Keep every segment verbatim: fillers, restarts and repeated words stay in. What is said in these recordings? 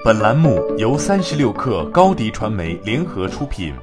本栏目由三十六氪高迪传媒联合出品。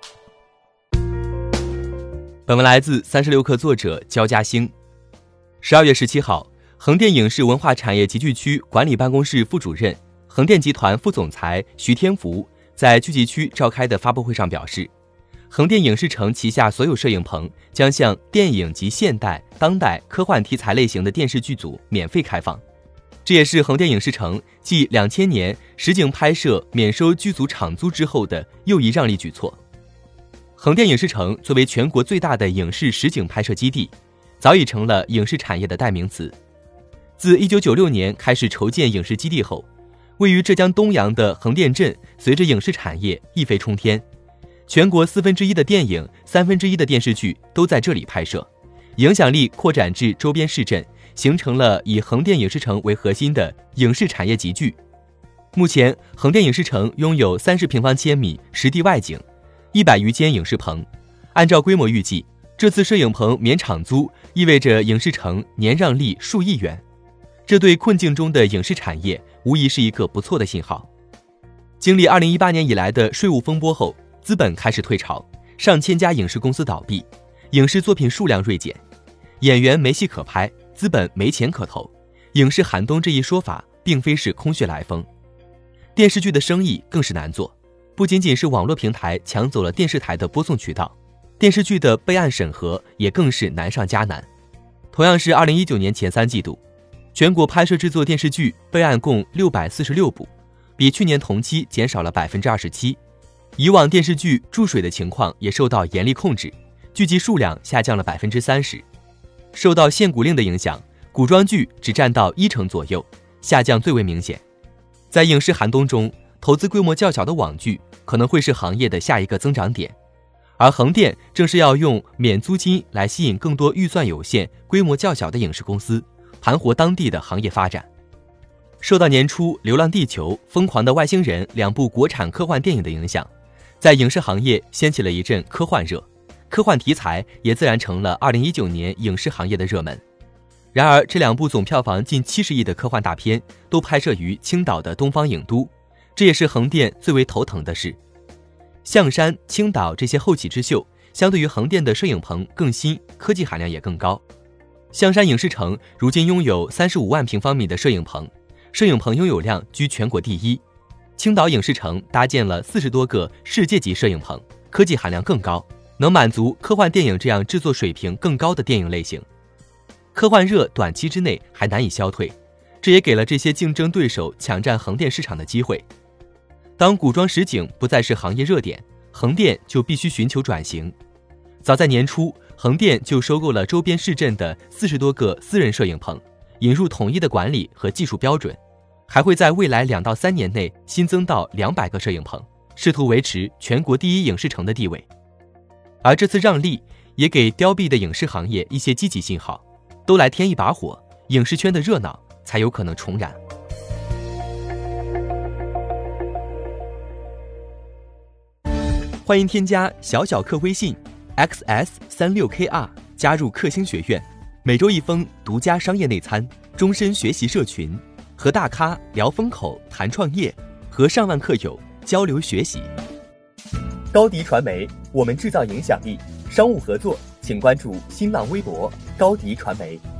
本文来自三十六氪作者焦嘉兴。十二月十七号，横店影视文化产业集聚区管理办公室副主任、横店集团副总裁徐天福在聚集区召开的发布会上表示，横店影视城旗下所有摄影棚将向电影及现代、当代、科幻题材类型的电视剧组免费开放。这也是横店影视城继两千年实景拍摄免收剧组场租之后的又一让利举措。横店影视城作为全国最大的影视实景拍摄基地，早已成了影视产业的代名词。自一九九六年开始筹建影视基地后，位于浙江东阳的横店镇随着影视产业一飞冲天，全国四分之一的电影、三分之一的电视剧都在这里拍摄，影响力扩展至周边市镇，形成了以横店影视城为核心的影视产业集聚。目前，横店影视城拥有三十平方千米实地外景，一百余间影视棚。按照规模预计，这次摄影棚免场租意味着影视城年让利数亿元，这对困境中的影视产业无疑是一个不错的信号。经历二零一八年以来的税务风波后，资本开始退潮，上千家影视公司倒闭，影视作品数量锐减，演员没戏可拍，资本没钱可投，影视寒冬这一说法并非是空穴来风。电视剧的生意更是难做，不仅仅是网络平台抢走了电视台的播送渠道，电视剧的备案审核也更是难上加难。同样是二零一九年前三季度，全国拍摄制作电视剧备案共六百四十六部，比去年同期减少了 百分之二十七。 以往电视剧注水的情况也受到严厉控制，剧集数量下降了 百分之三十。受到限古令的影响，古装剧只占到一成左右，下降最为明显。在影视寒冬中，投资规模较小的网剧可能会是行业的下一个增长点，而横店正是要用免租金来吸引更多预算有限、规模较小的影视公司，盘活当地的行业发展。受到年初《流浪地球》《疯狂的外星人》两部国产科幻电影的影响，在影视行业掀起了一阵科幻热，科幻题材也自然成了二零一九年影视行业的热门。然而，这两部总票房近七十亿的科幻大片都拍摄于青岛的东方影都，这也是横店最为头疼的事。象山、青岛这些后起之秀，相对于横店的摄影棚更新，科技含量也更高。象山影视城如今拥有三十五万平方米的摄影棚，摄影棚拥有量居全国第一。青岛影视城搭建了四十多个世界级摄影棚，科技含量更高，能满足科幻电影这样制作水平更高的电影类型。科幻热短期之内还难以消退，这也给了这些竞争对手抢占横店市场的机会。当古装实景不再是行业热点，横店就必须寻求转型。早在年初，横店就收购了周边市镇的四十多个私人摄影棚，引入统一的管理和技术标准，还会在未来两到三年内新增到两百个摄影棚，试图维持全国第一影视城的地位。而这次让利也给凋敝的影视行业一些积极信号，都来添一把火，影视圈的热闹才有可能重燃。欢迎添加小小客微信 X S 三六 K R 加入克星学院，每周一封独家商业内参，终身学习社群，和大咖聊风口谈创业，和上万客友交流学习。高迪传媒，我们制造影响力。商务合作请关注新浪微博高迪传媒。